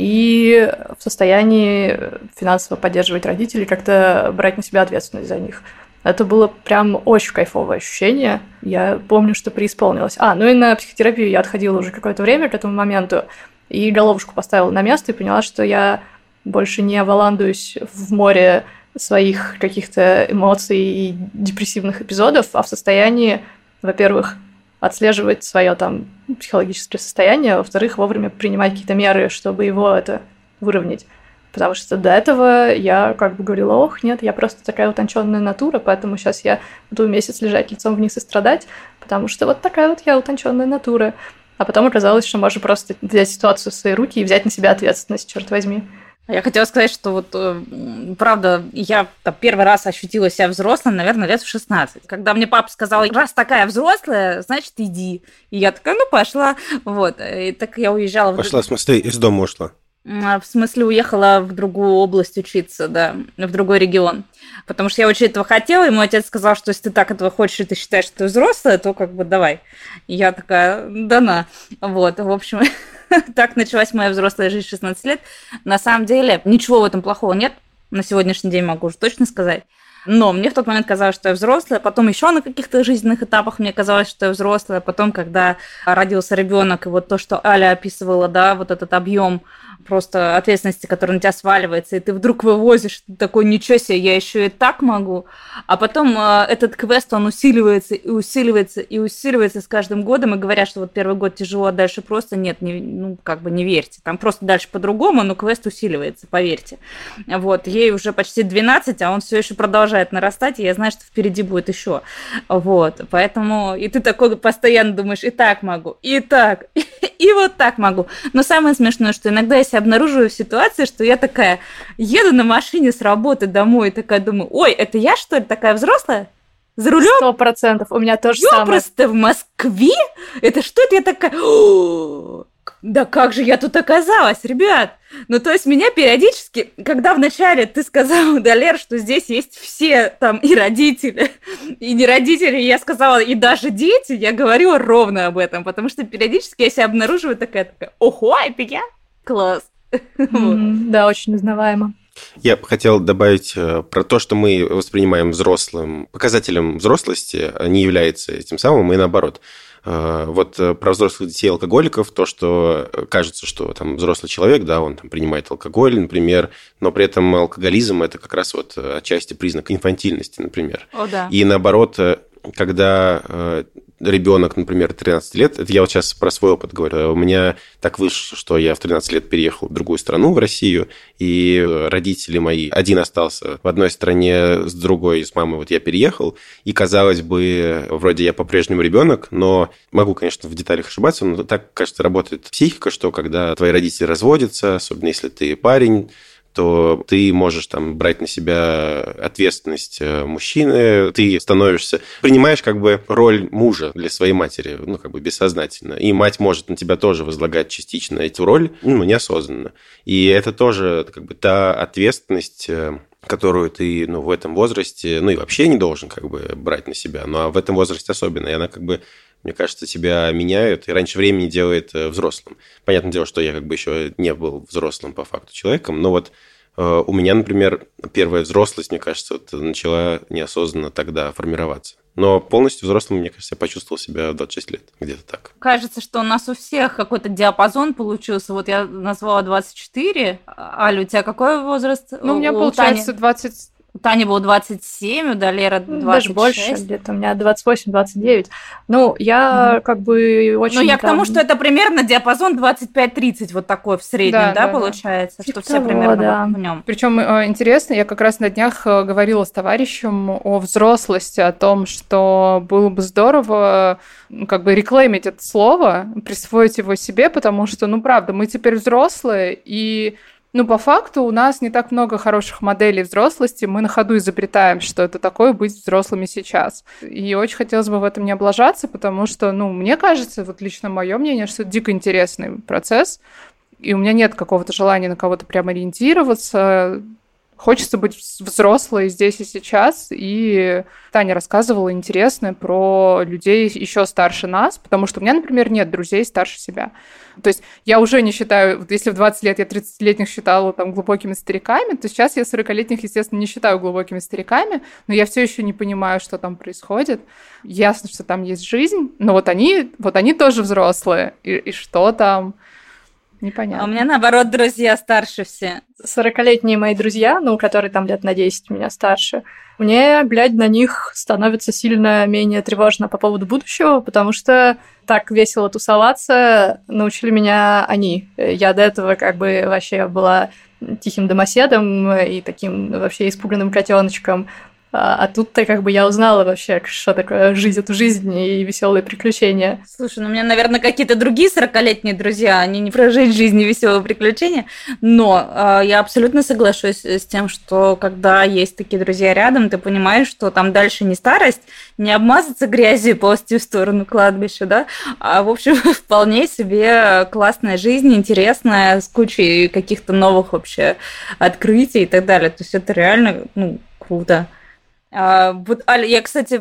и в состоянии финансово поддерживать родителей, как-то брать на себя ответственность за них. Это было прям очень кайфовое ощущение. Я помню, что преисполнилась. А, ну и на психотерапию я отходила уже какое-то время к этому моменту, и головушку поставила на место и поняла, что я больше не валандуюсь в море своих каких-то эмоций и депрессивных эпизодов, а в состоянии, во-первых, отслеживать свое там психологическое состояние, а во-вторых, вовремя принимать какие-то меры, чтобы его это выровнять. Потому что до этого я как бы говорила: ох, нет, я просто такая утонченная натура, поэтому сейчас я буду месяц лежать лицом вниз и страдать, потому что вот такая вот я утонченная натура. А потом оказалось, что можно просто взять ситуацию в свои руки и взять на себя ответственность, черт возьми. Я хотела сказать, что вот, правда, я первый раз ощутила себя взрослой, наверное, лет в шестнадцать. Когда мне папа сказал: раз такая взрослая, значит, иди. И я такая: ну, пошла. Вот. И так я уезжала. Пошла, в смысле, из дома ушла? В смысле, уехала в другую область учиться, да, в другой регион. Потому что я очень этого хотела, и мой отец сказал, что если ты так этого хочешь, и ты считаешь, что ты взрослая, то как бы давай. И я такая: да на. Вот, в общем, так началась моя взрослая жизнь в шестнадцать лет. На самом деле, ничего в этом плохого нет. На сегодняшний день могу уже точно сказать. Но мне в тот момент казалось, что я взрослая. Потом еще на каких-то жизненных этапах мне казалось, что я взрослая. Потом, когда родился ребенок, и вот то, что Аля описывала, да, вот этот объем просто ответственности, который на тебя сваливается, и ты вдруг вывозишь, ты такой: ничего себе, я еще и так могу. А потом э, этот квест, он усиливается и усиливается и усиливается с каждым годом, и говорят, что вот первый год тяжело, а дальше просто нет, не, ну, как бы не верьте. Там просто дальше по-другому, но квест усиливается, поверьте. Вот, ей уже почти двенадцать, а он все еще продолжает нарастать, и я знаю, что впереди будет еще. Вот, поэтому и ты такой постоянно думаешь: и так могу, и так, и, и вот так могу. Но самое смешное, что иногда я себя обнаруживаю в ситуации, что я такая еду на машине с работы домой и такая думаю: ой, это я, что ли, такая взрослая? За рулем? Сто процентов. У меня тоже я самое. Просто в Москве? Это что это я такая? О, да как же я тут оказалась, ребят? Ну, то есть меня периодически, когда вначале ты сказала, да, Лер, что здесь есть все там и родители, и не родители, я сказала, и даже дети, я говорила ровно об этом, потому что периодически я себя обнаруживаю такая, такая: ого, это я? Класс. Mm-hmm. Да, очень узнаваемо. Я бы хотел добавить про то, что мы воспринимаем взрослым, показателем взрослости не является тем самым, и наоборот. Вот про взрослых детей алкоголиков, то, что кажется, что там взрослый человек, да, он там принимает алкоголь, например, но при этом алкоголизм – это как раз вот отчасти признак инфантильности, например. О, да. И наоборот, когда ребенок, например, тринадцать лет, это я вот сейчас про свой опыт говорю, у меня так вышло, что я в тринадцать лет переехал в другую страну, в Россию, и родители мои, один остался в одной стране, с другой, с мамой, вот я переехал, и, казалось бы, вроде я по-прежнему ребенок, но могу, конечно, в деталях ошибаться, но так, кажется, работает психика, что когда твои родители разводятся, особенно если ты парень, то ты можешь там брать на себя ответственность мужчины, ты становишься, принимаешь как бы роль мужа для своей матери, ну, как бы бессознательно. И мать может на тебя тоже возлагать частично эту роль, ну, неосознанно. И это тоже как бы та ответственность, которую ты, ну, в этом возрасте, ну, и вообще не должен как бы брать на себя, ну, а в этом возрасте особенно. И она как бы, мне кажется, тебя меняет и раньше времени делает взрослым. Понятное дело, что я как бы еще не был взрослым по факту человеком, но вот э, у меня, например, первая взрослость, мне кажется, вот, начала неосознанно тогда формироваться. Но полностью взрослым, мне кажется, я почувствовал себя в двадцать шесть лет, где-то так. Кажется, что у нас у всех какой-то диапазон получился. Вот я назвала двадцать четыре. Аля, у тебя какой возраст? Ну, у меня у получается Тани... двадцать... У Тани было двадцать семь, у Далера двадцать шесть. Даже больше, где-то у меня двадцать восемь - двадцать девять. Ну, я mm. как бы очень... Ну, я там... к тому, что это примерно диапазон двадцать пять тридцать, вот такой в среднем, да, да, да получается? Типа что того, все примерно да. в нем. Причем интересно, я как раз на днях говорила с товарищем о взрослости, о том, что было бы здорово как бы реклеймить это слово, присвоить его себе, потому что, ну, правда, мы теперь взрослые, и... Ну, по факту у нас не так много хороших моделей взрослости, мы на ходу изобретаем, что это такое быть взрослыми сейчас. И очень хотелось бы в этом не облажаться, потому что, ну, мне кажется, вот лично мое мнение, что это дико интересный процесс, и у меня нет какого-то желания на кого-то прям ориентироваться. Хочется быть взрослой здесь и сейчас, и Таня рассказывала интересное про людей еще старше нас, потому что у меня, например, нет друзей старше себя. То есть я уже не считаю, если в двадцать лет я тридцатилетних считала там глубокими стариками, то сейчас я сорокалетних, естественно, не считаю глубокими стариками, но я все еще не понимаю, что там происходит. Ясно, что там есть жизнь, но вот они, вот они тоже взрослые, и, и что там... Непонятно. А у меня, наоборот, друзья старше все. сорокалетние мои друзья, ну, которые там лет на десять меня старше, мне, глядя на них, становится сильно менее тревожно по поводу будущего, потому что так весело тусоваться научили меня они. Я до этого как бы вообще была тихим домоседом и таким вообще испуганным котеночком. А тут-то как бы я узнала вообще, что такое жизнь, эту жизнь и веселые приключения. Слушай, ну у меня, наверное, какие-то другие сорокалетние друзья, они не про жизнь, жизнь и веселые приключения, но э, я абсолютно соглашусь с тем, что когда есть такие друзья рядом, ты понимаешь, что там дальше не старость, не обмазаться грязью и ползти в сторону кладбища, да, а, в общем, вполне себе классная жизнь, интересная, с кучей каких-то новых вообще открытий и так далее. То есть это реально, ну, круто. А, вот, Аля, я, кстати,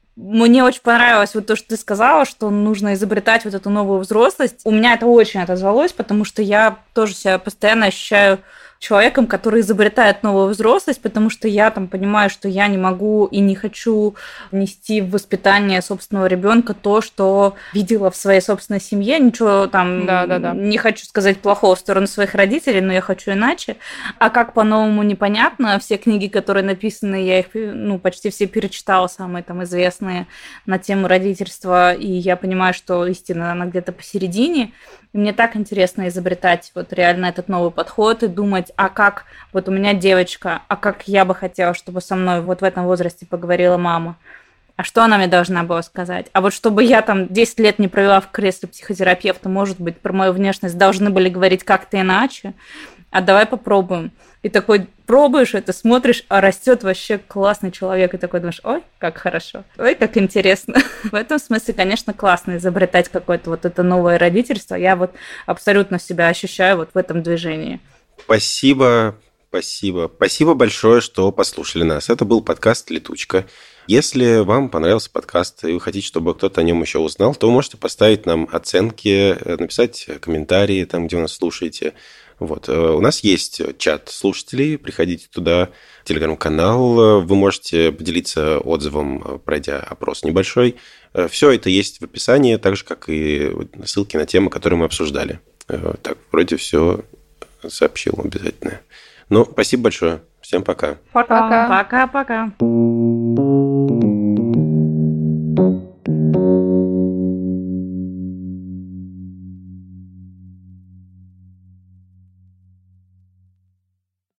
мне очень понравилось вот то, что ты сказала, что нужно изобретать вот эту новую взрослость. У меня это очень отозвалось, потому что я тоже себя постоянно ощущаю человеком, который изобретает новую взрослость, потому что я там понимаю, что я не могу и не хочу нести в воспитание собственного ребенка то, что видела в своей собственной семье. Ничего там да, да, да. не хочу сказать плохого в сторону своих родителей, но я хочу иначе. А как по-новому непонятно. Все книги, которые написаны, я их ну, почти все перечитала, самые там известные на тему родительства, и я понимаю, что истина, она где-то посередине. И мне так интересно изобретать вот реально этот новый подход и думать, а как вот у меня девочка, а как я бы хотела, чтобы со мной вот в этом возрасте поговорила мама. А что она мне должна была сказать? А вот чтобы я там десять лет не провела в кресле психотерапевта, может быть, про мою внешность должны были говорить как-то иначе. А давай попробуем. И такой пробуешь это, смотришь, а растет вообще классный человек. И такой думаешь, ой, как хорошо, ой, как интересно. В этом смысле, конечно, классно изобретать какое-то вот это новое родительство. Я вот абсолютно себя ощущаю вот в этом движении. Спасибо, спасибо. Спасибо большое, что послушали нас. Это был подкаст «Летучка». Если вам понравился подкаст и вы хотите, чтобы кто-то о нем еще узнал, то вы можете поставить нам оценки, написать комментарии там, где вы нас слушаете. Вот. У нас есть чат слушателей, приходите туда, телеграм-канал, вы можете поделиться отзывом, пройдя опрос небольшой. Все это есть в описании, так же, как и ссылки на темы, которые мы обсуждали. Так, вроде все сообщил обязательно. Ну, спасибо большое. Всем пока. Пока. Пока-пока.